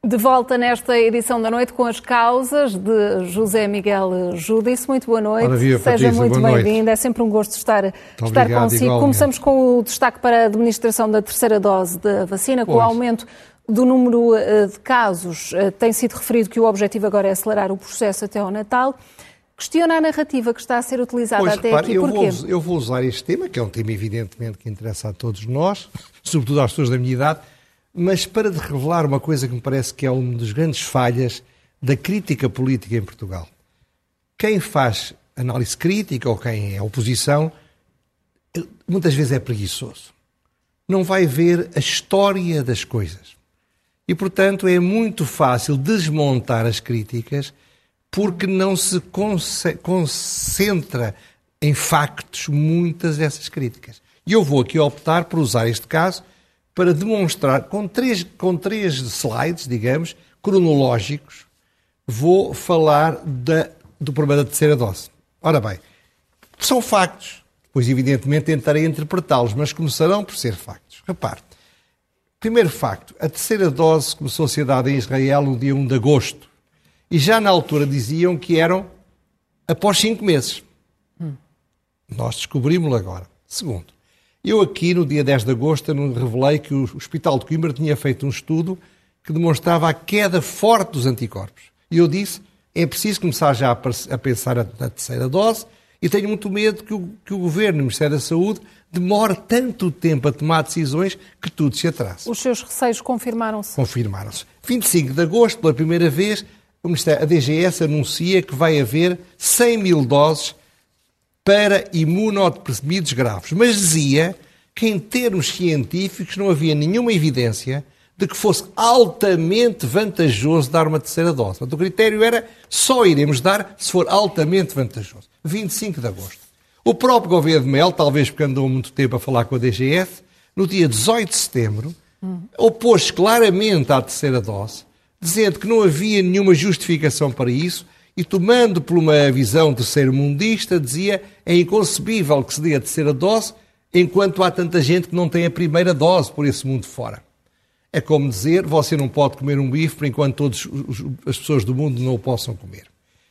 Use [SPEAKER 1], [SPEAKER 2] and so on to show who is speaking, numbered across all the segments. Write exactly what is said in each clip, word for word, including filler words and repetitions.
[SPEAKER 1] De volta nesta edição da noite com as causas de José Miguel Júdice. Muito boa noite.
[SPEAKER 2] Viva,
[SPEAKER 1] Seja
[SPEAKER 2] Patrícia,
[SPEAKER 1] muito bem-vindo. É sempre um gosto estar, estar
[SPEAKER 2] obrigado,
[SPEAKER 1] consigo.
[SPEAKER 2] igualmente.
[SPEAKER 1] Começamos com o destaque para a administração da terceira dose da vacina, com
[SPEAKER 2] pois.
[SPEAKER 1] o aumento do número de casos. Tem sido referido que o objetivo agora é acelerar o processo até ao Natal. Questiona a narrativa que está a ser utilizada
[SPEAKER 2] Pois,
[SPEAKER 1] até
[SPEAKER 2] repare,
[SPEAKER 1] aqui.
[SPEAKER 2] eu
[SPEAKER 1] Porquê?
[SPEAKER 2] vou, eu vou usar este tema, que é um tema evidentemente que interessa a todos nós, sobretudo às pessoas da minha idade, mas para revelar uma coisa que me parece que é uma das grandes falhas da crítica política em Portugal. Quem faz análise crítica ou quem é oposição, muitas vezes é preguiçoso. Não vai ver a história das coisas. E, portanto, é muito fácil desmontar as críticas porque não se concentra em factos muitas dessas críticas. E eu vou aqui optar por usar este caso para demonstrar, com três, com três slides, digamos, cronológicos, vou falar da, do problema da terceira dose. Ora bem, são factos, pois evidentemente tentarei interpretá-los, mas começarão por ser factos. Repare, primeiro facto, a terceira dose começou a ser dada em Israel no dia primeiro de agosto, e já na altura diziam que eram após cinco meses. Hum. Nós descobrimos-lo agora. Segundo, eu aqui, no dia dez de agosto, revelei que o Hospital de Coimbra tinha feito um estudo que demonstrava a queda forte dos anticorpos. E eu disse, é preciso começar já a pensar na terceira dose e tenho muito medo que o, que o Governo e o Ministério da Saúde demore tanto tempo a tomar decisões que tudo se atrasa.
[SPEAKER 1] Os seus receios confirmaram-se?
[SPEAKER 2] Confirmaram-se. vinte e cinco de agosto, pela primeira vez, o Ministério, a D G S anuncia que vai haver cem mil doses para imunodeprimidos graves, mas dizia que em termos científicos não havia nenhuma evidência de que fosse altamente vantajoso dar uma terceira dose. Portanto, o critério era só iremos dar se for altamente vantajoso. vinte e cinco de agosto. O próprio Gouveia de Mel, talvez porque andou muito tempo a falar com a D G S, no dia dezoito de setembro, hum. opôs-se claramente à terceira dose, dizendo que não havia nenhuma justificação para isso, e tomando por uma visão terceiro-mundista, dizia é inconcebível que se dê a terceira dose enquanto há tanta gente que não tem a primeira dose por esse mundo fora. É como dizer, você não pode comer um bife enquanto todas as pessoas do mundo não o possam comer.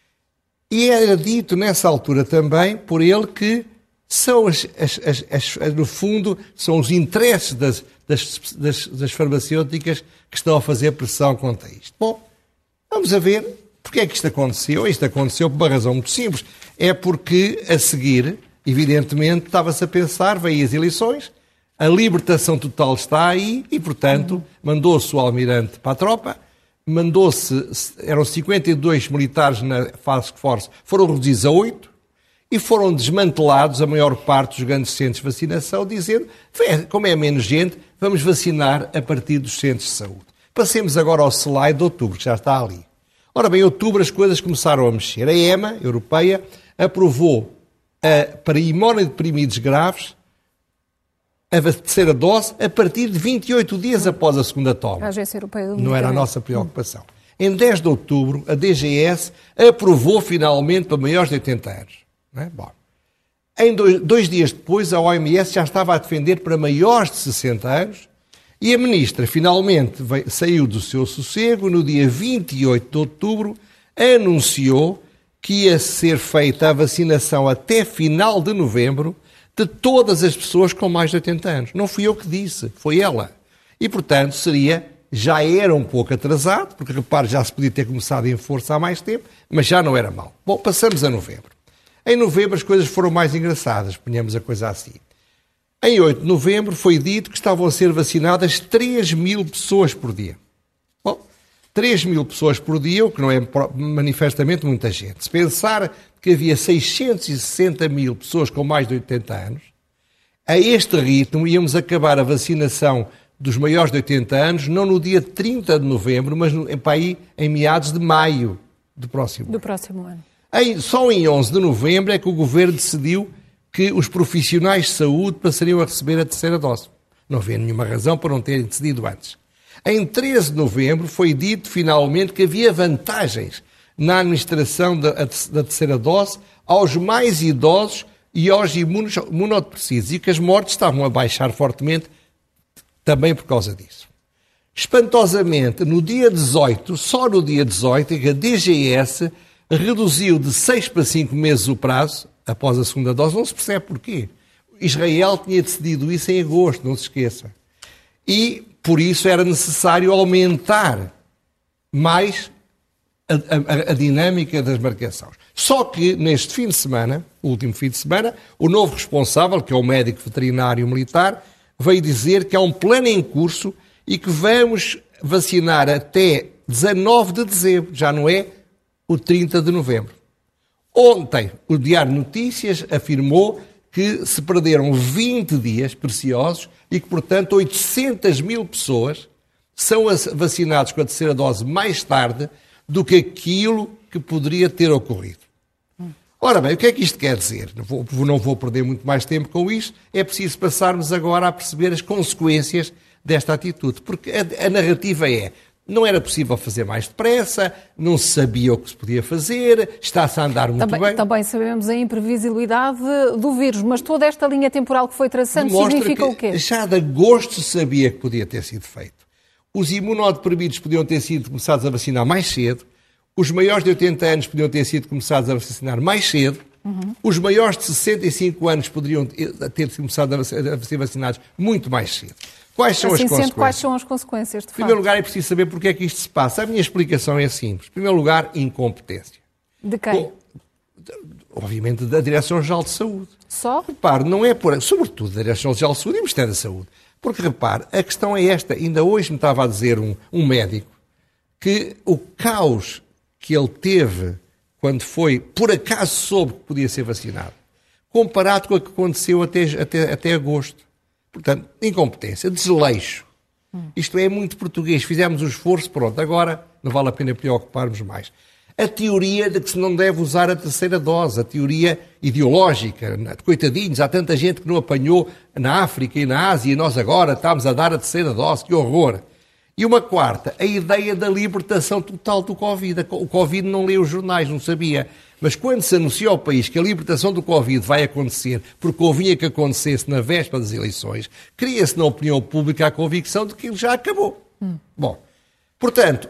[SPEAKER 2] E era dito nessa altura também por ele que são, as, as, as, as, no fundo, são os interesses das, das, das, das farmacêuticas que estão a fazer pressão contra isto. Bom, vamos a ver. Porquê é que isto aconteceu? Isto aconteceu por uma razão muito simples. É porque, a seguir, evidentemente, estava-se a pensar, veio as eleições, a libertação total está aí e, portanto, mandou-se o almirante para a tropa, mandou-se, eram cinquenta e dois militares na Task Force, foram reduzidos a oito e foram desmantelados a maior parte dos grandes centros de vacinação, dizendo, como é menos gente, vamos vacinar a partir dos centros de saúde. Passemos agora ao slide de outubro, que já está ali. Ora bem, em outubro as coisas começaram a mexer. A EMA, europeia, aprovou a, para imunodeprimidos graves a terceira dose a partir de vinte e oito dias após a segunda toma.
[SPEAKER 1] A Agência Europeia do
[SPEAKER 2] Não era a nossa preocupação. Em dez de outubro, a D G S aprovou finalmente para maiores de oitenta anos. Não é? Bom, em dois, dois dias depois, a O M S já estava a defender para maiores de sessenta anos e a ministra finalmente veio, saiu do seu sossego. No dia vinte e oito de outubro, anunciou que ia ser feita a vacinação até final de novembro de todas as pessoas com mais de oitenta anos. Não fui eu que disse, foi ela. E, portanto, seria, já era um pouco atrasado, porque, repare, já se podia ter começado em força há mais tempo, mas já não era mau. Bom, passamos a novembro. Em novembro as coisas foram mais engraçadas, ponhamos a coisa assim. Em oito de novembro foi dito que estavam a ser vacinadas três mil pessoas por dia. Bom, três mil pessoas por dia, o que não é manifestamente muita gente. Se pensar que havia seiscentos e sessenta mil pessoas com mais de oitenta anos, a este ritmo íamos acabar a vacinação dos maiores de oitenta anos, não no dia trinta de novembro, mas no, em, aí, em meados de maio do próximo
[SPEAKER 1] do
[SPEAKER 2] ano.
[SPEAKER 1] próximo ano.
[SPEAKER 2] Em, só em onze de novembro é que o Governo decidiu que os profissionais de saúde passariam a receber a terceira dose. Não havia nenhuma razão para não terem decidido antes. Em treze de novembro foi dito finalmente que havia vantagens na administração da, da terceira dose aos mais idosos e aos imunodepressivos, e que as mortes estavam a baixar fortemente também por causa disso. Espantosamente, no dia dezoito, só no dia dezoito, a D G S reduziu de seis para cinco meses o prazo, após a segunda dose. Não se percebe porquê. Israel tinha decidido isso em agosto, não se esqueça. E, por isso, era necessário aumentar mais a, a, a dinâmica das marcações. Só que, neste fim de semana, o último fim de semana, o novo responsável, que é o médico veterinário militar, veio dizer que há um plano em curso e que vamos vacinar até dezanove de dezembro, já não é o trinta de novembro. Ontem, o Diário de Notícias afirmou que se perderam vinte dias preciosos e que, portanto, oitocentas mil pessoas são vacinadas com a terceira dose mais tarde do que aquilo que poderia ter ocorrido. Ora bem, o que é que isto quer dizer? Não vou, não vou perder muito mais tempo com isto. É preciso passarmos agora a perceber as consequências desta atitude. Porque a, a narrativa é, não era possível fazer mais depressa, não se sabia o que se podia fazer, está-se a andar muito
[SPEAKER 1] também,
[SPEAKER 2] bem.
[SPEAKER 1] Também sabemos a imprevisibilidade do vírus, mas toda esta linha temporal que foi traçando significa o quê?
[SPEAKER 2] Já de agosto se sabia que podia ter sido feito. Os imunodeprimidos podiam ter sido começados a vacinar mais cedo, os maiores de oitenta anos podiam ter sido começados a vacinar mais cedo, uhum. Os maiores de sessenta e cinco anos poderiam ter começado a ser vacinados muito mais cedo. Quais são
[SPEAKER 1] assim
[SPEAKER 2] as consequências?
[SPEAKER 1] Sendo, quais são as consequências, de
[SPEAKER 2] Em primeiro
[SPEAKER 1] facto?
[SPEAKER 2] lugar, é preciso saber porque é que isto se passa. A minha explicação é simples. Em primeiro lugar, incompetência.
[SPEAKER 1] De quem?
[SPEAKER 2] Obviamente, da Direção-Geral de Saúde.
[SPEAKER 1] Só?
[SPEAKER 2] Repare, não é por... Sobretudo da Direção-Geral de Saúde e do Ministério da Saúde. Porque, repare, a questão é esta. Ainda hoje me estava a dizer um, um médico que o caos que ele teve quando foi, por acaso soube que podia ser vacinado, comparado com o que aconteceu até, até, até agosto. Portanto, incompetência, desleixo. Hum. Isto é muito português. Fizemos o esforço, pronto, agora não vale a pena preocuparmos mais. A teoria de que se não deve usar a terceira dose, a teoria ideológica. Coitadinhos, há tanta gente que não apanhou na África e na Ásia e nós agora estamos a dar a terceira dose, que horror. E uma quarta, a ideia da libertação total do Covid. O Covid não lê os jornais, não sabia. Mas quando se anunciou ao país que a libertação do Covid vai acontecer, porque convinha que acontecesse na véspera das eleições, cria-se na opinião pública a convicção de que ele já acabou. Hum. Bom, portanto,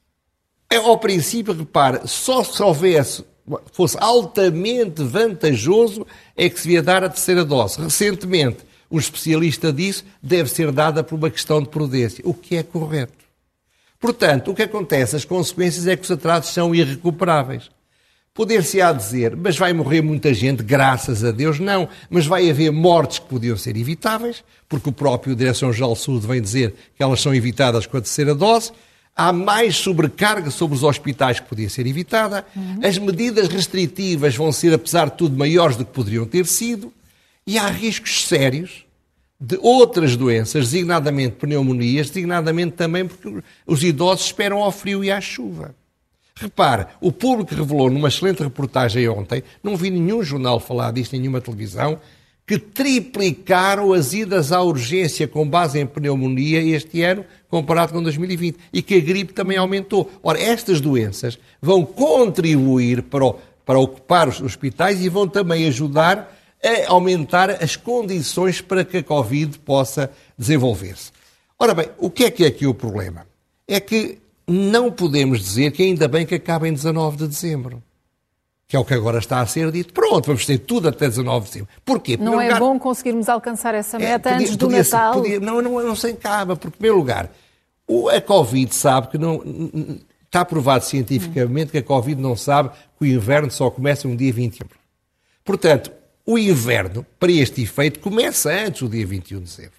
[SPEAKER 2] ao princípio, repare, só se houvesse, fosse altamente vantajoso, é que se devia dar a terceira dose. Recentemente, um especialista disse, deve ser dada por uma questão de prudência, o que é correto. Portanto, o que acontece, as consequências é que os atrasos são irrecuperáveis. Poder-se-á dizer, mas vai morrer muita gente, graças a Deus, não. Mas vai haver mortes que podiam ser evitáveis, porque o próprio Direção-Geral de Saúde vem dizer que elas são evitadas com a terceira dose. Há mais sobrecarga sobre os hospitais que podia ser evitada. Uhum. As medidas restritivas vão ser, apesar de tudo, maiores do que poderiam ter sido. E há riscos sérios de outras doenças, designadamente pneumonias, designadamente também porque os idosos esperam ao frio e à chuva. Repare, o Público revelou numa excelente reportagem ontem, não vi nenhum jornal falar disto, nenhuma televisão, que triplicaram as idas à urgência com base em pneumonia este ano, comparado com dois mil e vinte, e que a gripe também aumentou. Ora, estas doenças vão contribuir para, o, para ocupar os hospitais e vão também ajudar a aumentar as condições para que a Covid possa desenvolver-se. Ora bem, o que é que é aqui o problema? É que não podemos dizer que ainda bem que acaba em dezanove de dezembro. Que é o que agora está a ser dito. Pronto, vamos ter tudo até dezanove de dezembro. Porquê? Porque,
[SPEAKER 1] não é
[SPEAKER 2] lugar,
[SPEAKER 1] bom conseguirmos alcançar essa meta
[SPEAKER 2] é, podia,
[SPEAKER 1] antes do
[SPEAKER 2] podia,
[SPEAKER 1] Natal?
[SPEAKER 2] Podia, não, não, não se acaba, porque, em primeiro lugar, a Covid sabe que não... Está provado cientificamente que a Covid não sabe que o inverno só começa no dia vinte e um. Portanto, o inverno, para este efeito, começa antes do dia vinte e um de dezembro.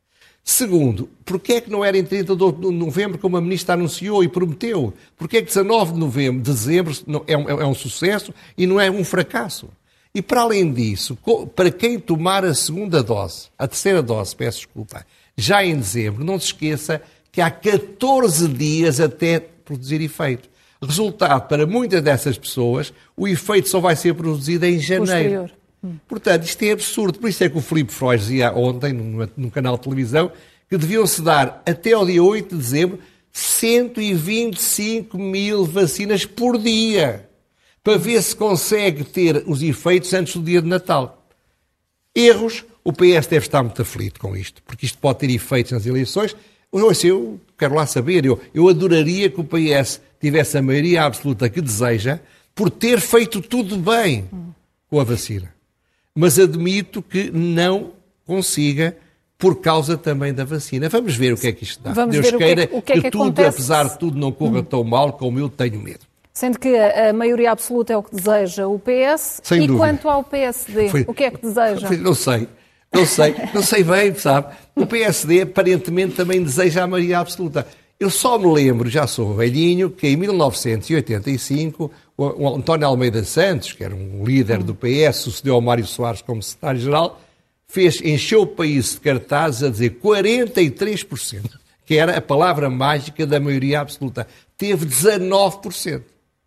[SPEAKER 2] Segundo, porquê é que não era em trinta de novembro como a Ministra anunciou e prometeu? Porquê é que dezanove de novembro, dezembro é um, é um sucesso e não é um fracasso? E para além disso, para quem tomar a segunda dose, a terceira dose, peço desculpa, já em dezembro, não se esqueça que há catorze dias até produzir efeito. Resultado, para muitas dessas pessoas, o efeito só vai ser produzido em janeiro.
[SPEAKER 1] Posterior.
[SPEAKER 2] Portanto, isto é absurdo. Por isso é que o Filipe Freud dizia ontem, num, num canal de televisão, que deviam-se dar, até ao dia oito de dezembro, cento e vinte e cinco mil vacinas por dia, para ver se consegue ter os efeitos antes do dia de Natal. Erros, o P S deve estar muito aflito com isto, porque isto pode ter efeitos nas eleições. Eu, eu quero lá saber, eu, eu adoraria que o P S tivesse a maioria absoluta que deseja por ter feito tudo bem com a vacina. Mas admito que não consiga por causa também da vacina. Vamos ver o que é que isto dá.
[SPEAKER 1] Vamos
[SPEAKER 2] Deus
[SPEAKER 1] ver o que
[SPEAKER 2] queira
[SPEAKER 1] é que, o que, é que
[SPEAKER 2] que tudo,
[SPEAKER 1] acontece.
[SPEAKER 2] apesar de tudo, não corra tão mal como eu tenho medo.
[SPEAKER 1] Sendo que a maioria absoluta é o que deseja o P S.
[SPEAKER 2] Sem
[SPEAKER 1] e
[SPEAKER 2] dúvida.
[SPEAKER 1] Quanto ao P S D,
[SPEAKER 2] Foi,
[SPEAKER 1] o que é que deseja?
[SPEAKER 2] Foi, não sei. Não sei, não sei bem, sabe? O P S D aparentemente também deseja a maioria absoluta. Eu só me lembro, já sou velhinho, que em mil novecentos e oitenta e cinco o António Almeida Santos, que era um líder do P S, sucedeu ao Mário Soares como secretário-geral, fez, encheu o país de cartazes a dizer quarenta e três por cento, que era a palavra mágica da maioria absoluta. Teve dezanove por cento.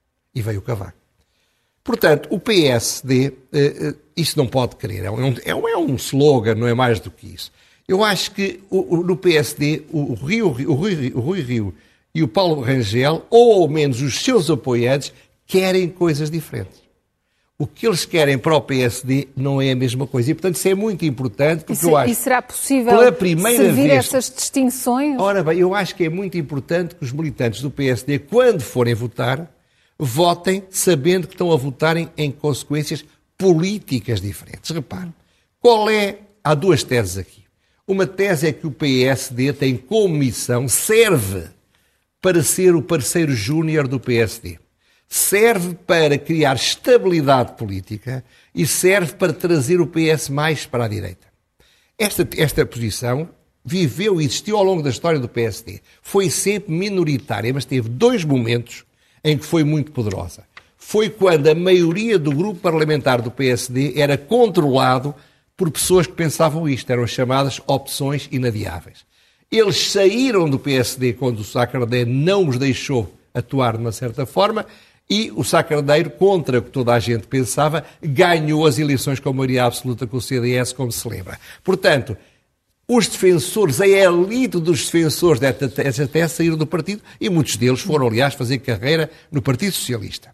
[SPEAKER 2] E veio o Cavaco. Portanto, o P S D, uh, uh, isso não pode querer, é um, é, um, é um slogan, não é mais do que isso. Eu acho que o, o, no P S D, o, o, Rio, o, Rui, o Rui Rio e o Paulo Rangel, ou ao menos os seus apoiantes, querem coisas diferentes. O que eles querem para o P S D não é a mesma coisa. E, portanto, isso é muito importante, porque
[SPEAKER 1] e, se,
[SPEAKER 2] eu acho...
[SPEAKER 1] E será possível
[SPEAKER 2] pela primeira
[SPEAKER 1] servir
[SPEAKER 2] vez,
[SPEAKER 1] essas distinções?
[SPEAKER 2] Ora bem, eu acho que é muito importante que os militantes do P S D, quando forem votar, votem sabendo que estão a votar em, em consequências políticas diferentes. Repare, qual é... Há duas teses aqui. Uma tese é que o P S D tem como missão, serve para ser o parceiro júnior do P S D. Serve para criar estabilidade política e serve para trazer o P S mais para a direita. Esta, esta posição viveu e existiu ao longo da história do P S D. Foi sempre minoritária, mas teve dois momentos em que foi muito poderosa. Foi quando a maioria do grupo parlamentar do P S D era controlado por pessoas que pensavam isto, eram as chamadas opções inadiáveis. Eles saíram do P S D quando o Sá Carneiro não os deixou atuar de uma certa forma e o Sá Carneiro, contra o que toda a gente pensava, ganhou as eleições com maioria absoluta com o C D S, como se lembra. Portanto, os defensores, a elite dos defensores desta tese saíram do partido e muitos deles foram, aliás, fazer carreira no Partido Socialista.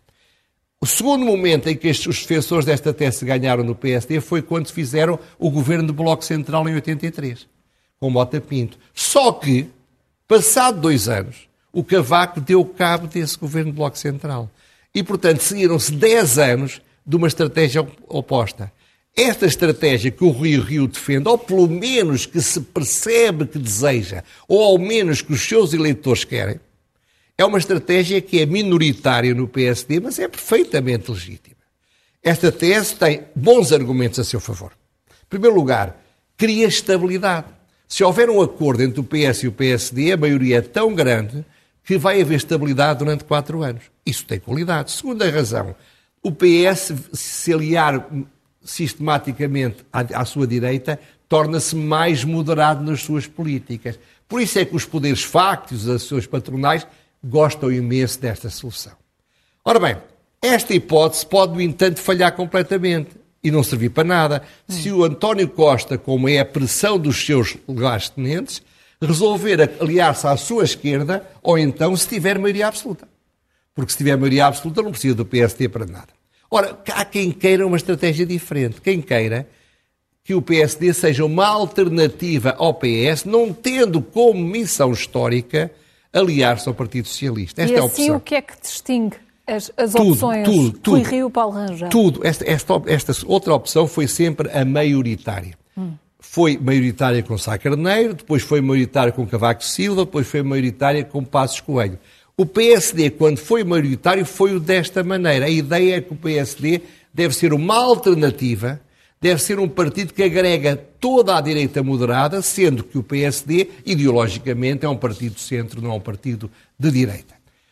[SPEAKER 2] O segundo momento em que estes, os defensores desta tese ganharam no P S D foi quando fizeram o governo do Bloco Central em oitenta e três, com Mota Pinto. Só que, passado dois anos, o Cavaco deu cabo desse governo do Bloco Central. E, portanto, seguiram-se dez anos de uma estratégia oposta. Esta estratégia que o Rui Rio defende, ou pelo menos que se percebe que deseja, ou ao menos que os seus eleitores querem, é uma estratégia que é minoritária no P S D, mas é perfeitamente legítima. Esta tese tem bons argumentos a seu favor. Em primeiro lugar, cria estabilidade. Se houver um acordo entre o P S e o P S D, a maioria é tão grande que vai haver estabilidade durante quatro anos. Isso tem qualidade. Segunda razão, o P S, se aliar sistematicamente à, à sua direita, torna-se mais moderado nas suas políticas. Por isso é que os poderes fácteos, as suas patronais, gostam imenso desta solução. Ora bem, esta hipótese pode, no entanto, falhar completamente e não servir para nada. Hum. Se o António Costa, como é a pressão dos seus legais tenentes, resolver aliar-se à sua esquerda, ou então se tiver maioria absoluta. Porque se tiver maioria absoluta não precisa do P S D para nada. Ora, há quem queira uma estratégia diferente. Quem queira que o P S D seja uma alternativa ao P S, não tendo como missão histórica aliar-se ao Partido Socialista. Esta
[SPEAKER 1] e
[SPEAKER 2] é a
[SPEAKER 1] assim
[SPEAKER 2] opção.
[SPEAKER 1] O que é que distingue as, as
[SPEAKER 2] tudo,
[SPEAKER 1] opções
[SPEAKER 2] tudo, tudo,
[SPEAKER 1] Rui Rio, Paulo Rangel?
[SPEAKER 2] Tudo. Esta, esta, esta outra opção foi sempre a maioritária. Hum. Foi maioritária com Sá Carneiro, depois foi maioritária com Cavaco Silva, depois foi maioritária com Passos Coelho. O P S D, quando foi maioritário, foi desta maneira. A ideia é que o P S D deve ser uma alternativa, deve ser um partido que agrega toda a direita moderada, sendo que o P S D, ideologicamente, é um partido de centro, não é um partido de direita.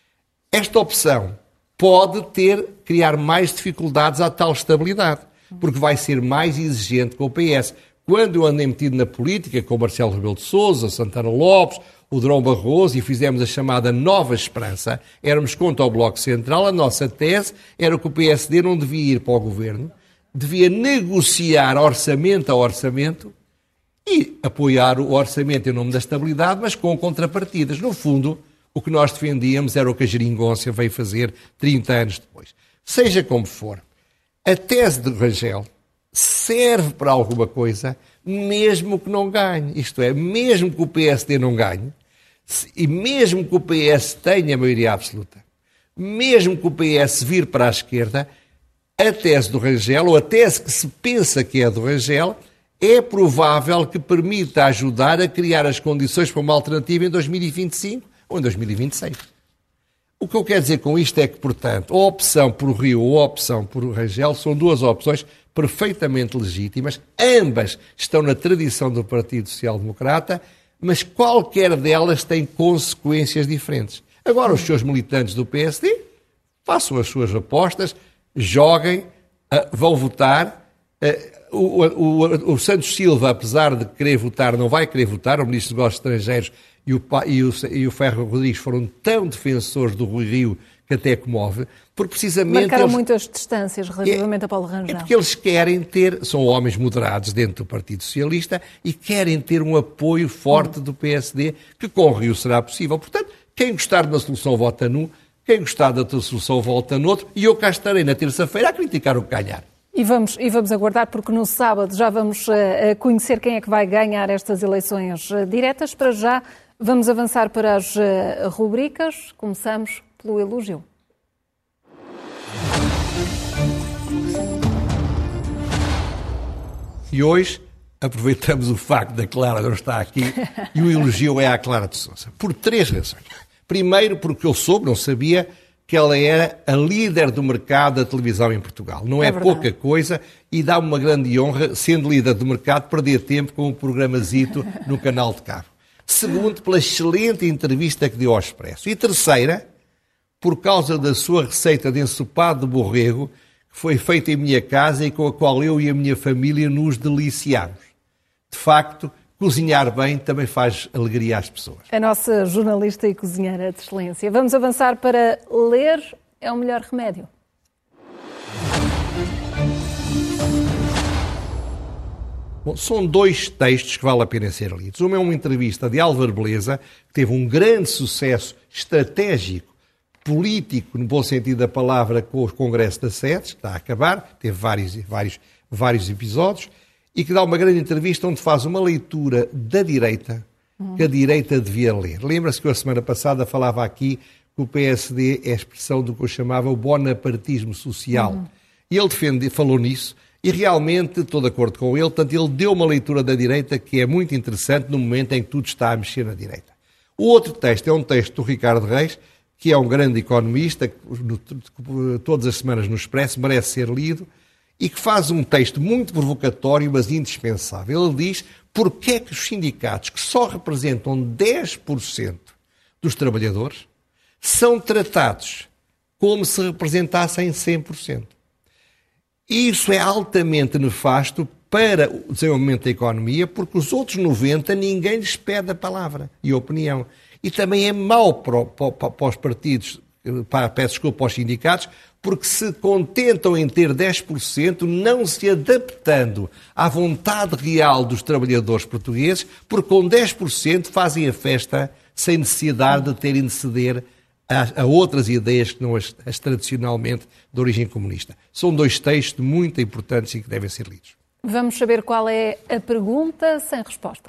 [SPEAKER 2] Esta opção pode ter, criar mais dificuldades à tal estabilidade, porque vai ser mais exigente com o P S. Quando eu andei metido na política, com o Marcelo Rebelo de Sousa, Santana Lopes, o Durão Barroso, e fizemos a chamada Nova Esperança, éramos contra o Bloco Central, a nossa tese era que o P S D não devia ir para o governo, devia negociar orçamento a orçamento e apoiar o orçamento em nome da estabilidade, mas com contrapartidas. No fundo, o que nós defendíamos era o que a Geringonça veio fazer trinta anos depois. Seja como for, a tese de Rangel serve para alguma coisa, mesmo que não ganhe. Isto é, mesmo que o P S D não ganhe, E mesmo que o P S tenha maioria absoluta, mesmo que o P S vir para a esquerda, a tese do Rangel, ou a tese que se pensa que é do Rangel, é provável que permita ajudar a criar as condições para uma alternativa em dois mil e vinte e cinco ou em dois mil e vinte e seis. O que eu quero dizer com isto é que, portanto, a opção por Rio ou a opção por Rangel são duas opções perfeitamente legítimas. Ambas estão na tradição do Partido Social Democrata, mas qualquer delas tem consequências diferentes. Agora, os seus militantes do P S D façam as suas apostas, joguem, vão votar. O, o, o Santos Silva, apesar de querer votar, não vai querer votar. O Ministro dos Negócios Estrangeiros e o, e, o, e o Ferro Rodrigues foram tão defensores do Rui Rio que até comove, porque precisamente...
[SPEAKER 1] Marcaram
[SPEAKER 2] eles,
[SPEAKER 1] muitas distâncias relativamente é, a Paulo Rangel.
[SPEAKER 2] É porque eles querem ter, são homens moderados dentro do Partido Socialista e querem ter um apoio forte do P S D, que com o Rio será possível. Portanto, quem gostar de uma solução vota num, quem gostar da outra solução vota no outro, e eu cá estarei na terça-feira a criticar o que ganhar.
[SPEAKER 1] E vamos, e vamos aguardar, porque no sábado já vamos uh, conhecer quem é que vai ganhar estas eleições uh, diretas. Para já, vamos avançar para as uh, rubricas. Começamos pelo elogio.
[SPEAKER 2] E hoje aproveitamos o facto da Clara não estar aqui e o elogio é à Clara de Sousa. Por três razões. Primeiro, porque eu soube, não sabia, que ela era a líder do mercado da televisão em Portugal. Não é, é pouca coisa e dá-me uma grande honra, sendo líder do mercado, perder tempo com um programazito no canal de cabo. Segundo, pela excelente entrevista que deu ao Expresso. E terceira, por causa da sua receita de ensopado de borrego, que foi feita em minha casa e com a qual eu e a minha família nos deliciamos. De facto, cozinhar bem também faz alegria às pessoas.
[SPEAKER 1] A nossa jornalista e cozinheira de excelência. Vamos avançar para ler é o melhor remédio.
[SPEAKER 2] Bom, são dois textos que vale a pena ser lidos. Um é uma entrevista de Álvaro Beleza, que teve um grande sucesso estratégico, político, no bom sentido da palavra, com o Congresso da SEDES, que está a acabar, teve vários, vários, vários episódios, e que dá uma grande entrevista onde faz uma leitura da direita, que a direita devia ler. Lembra-se que eu, a semana passada, falava aqui que o P S D é a expressão do que eu chamava o bonapartismo social. Uhum. E ele defende, falou nisso, e realmente estou de acordo com ele, portanto, ele deu uma leitura da direita que é muito interessante no momento em que tudo está a mexer na direita. O outro texto é um texto do Ricardo Reis, que é um grande economista, que todas as semanas no Expresso, merece ser lido, e que faz um texto muito provocatório, mas indispensável. Ele diz porque é que os sindicatos, que só representam dez por cento dos trabalhadores, são tratados como se representassem cem por cento. E isso é altamente nefasto para o desenvolvimento da economia, porque os outros noventa por cento ninguém lhes pede a palavra e a opinião. E também é mau para, para, para os partidos, para, peço desculpa, para os sindicatos, porque se contentam em ter dez por cento, não se adaptando à vontade real dos trabalhadores portugueses, porque com dez por cento fazem a festa sem necessidade de terem de ceder a, a outras ideias que não as, as tradicionalmente de origem comunista. São dois textos muito importantes e que devem ser lidos.
[SPEAKER 1] Vamos saber qual é a pergunta sem resposta.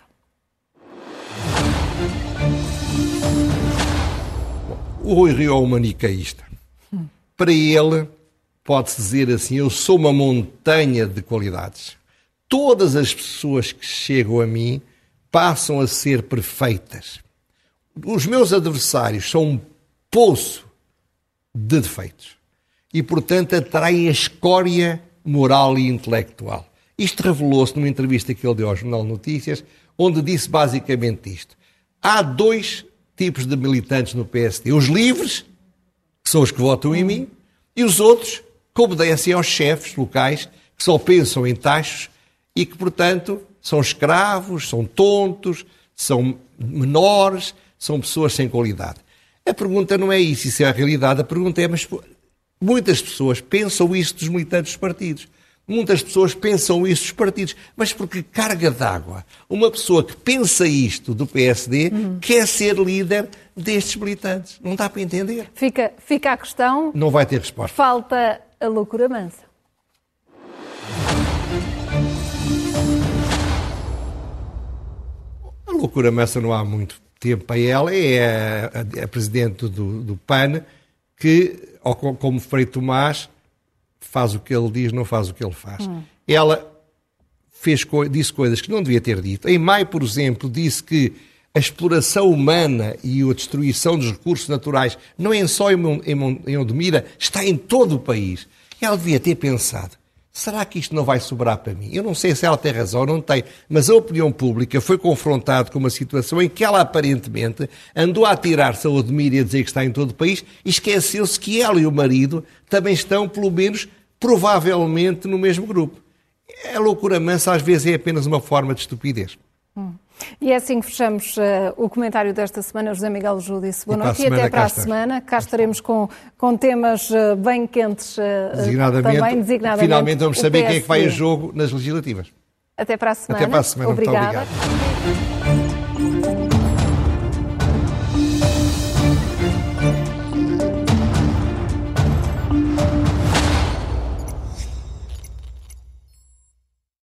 [SPEAKER 2] O Rui Rio é um manicaísta. Hum. Para ele, pode-se dizer assim, eu sou uma montanha de qualidades. Todas as pessoas que chegam a mim passam a ser perfeitas. Os meus adversários são um poço de defeitos. E, portanto, atraem a escória moral e intelectual. Isto revelou-se numa entrevista que ele deu ao Jornal de Notícias, onde disse basicamente isto. Há dois tipos de militantes no P S D. Os livres, que são os que votam em mim, e os outros que obedecem aos chefes locais, que só pensam em taxos e que, portanto, são escravos, são tontos, são menores, são pessoas sem qualidade. A pergunta não é isso, isso é a realidade. A pergunta é, mas muitas pessoas pensam isso dos militantes dos partidos. Muitas pessoas pensam isso dos partidos, mas porque carga d'água. Uma pessoa que pensa isto do P S D uhum. quer ser líder destes militantes. Não dá para entender.
[SPEAKER 1] Fica, fica a questão.
[SPEAKER 2] Não vai ter resposta.
[SPEAKER 1] Falta a loucura mansa.
[SPEAKER 2] A loucura mansa não há muito tempo a ela, é a, a, a presidente do, do P A N, que, como Frei Tomás, faz o que ele diz, não faz o que ele faz. Hum. Ela fez, disse coisas que não devia ter dito. Em maio, por exemplo, disse que a exploração humana e a destruição dos recursos naturais não é só em, em, em Odmira, está em todo o país. Ela devia ter pensado, será que isto não vai sobrar para mim? Eu não sei se ela tem razão ou não tem, mas a opinião pública foi confrontada com uma situação em que ela aparentemente andou a atirar-se a Odmira e a dizer que está em todo o país e esqueceu-se que ela e o marido também estão, pelo menos, provavelmente no mesmo grupo. A loucura mansa às vezes é apenas uma forma de estupidez.
[SPEAKER 1] Hum. E é assim que fechamos uh, o comentário desta semana. José Miguel Júdice, boa noite e até para a semana. Cá estaremos com, com temas uh, bem quentes uh,
[SPEAKER 2] designadamente,
[SPEAKER 1] também, designadamente.
[SPEAKER 2] Finalmente vamos saber quem é que vai a jogo nas legislativas.
[SPEAKER 1] Até para a semana.
[SPEAKER 2] Até para a semana.
[SPEAKER 1] Obrigada.
[SPEAKER 2] Muito obrigado.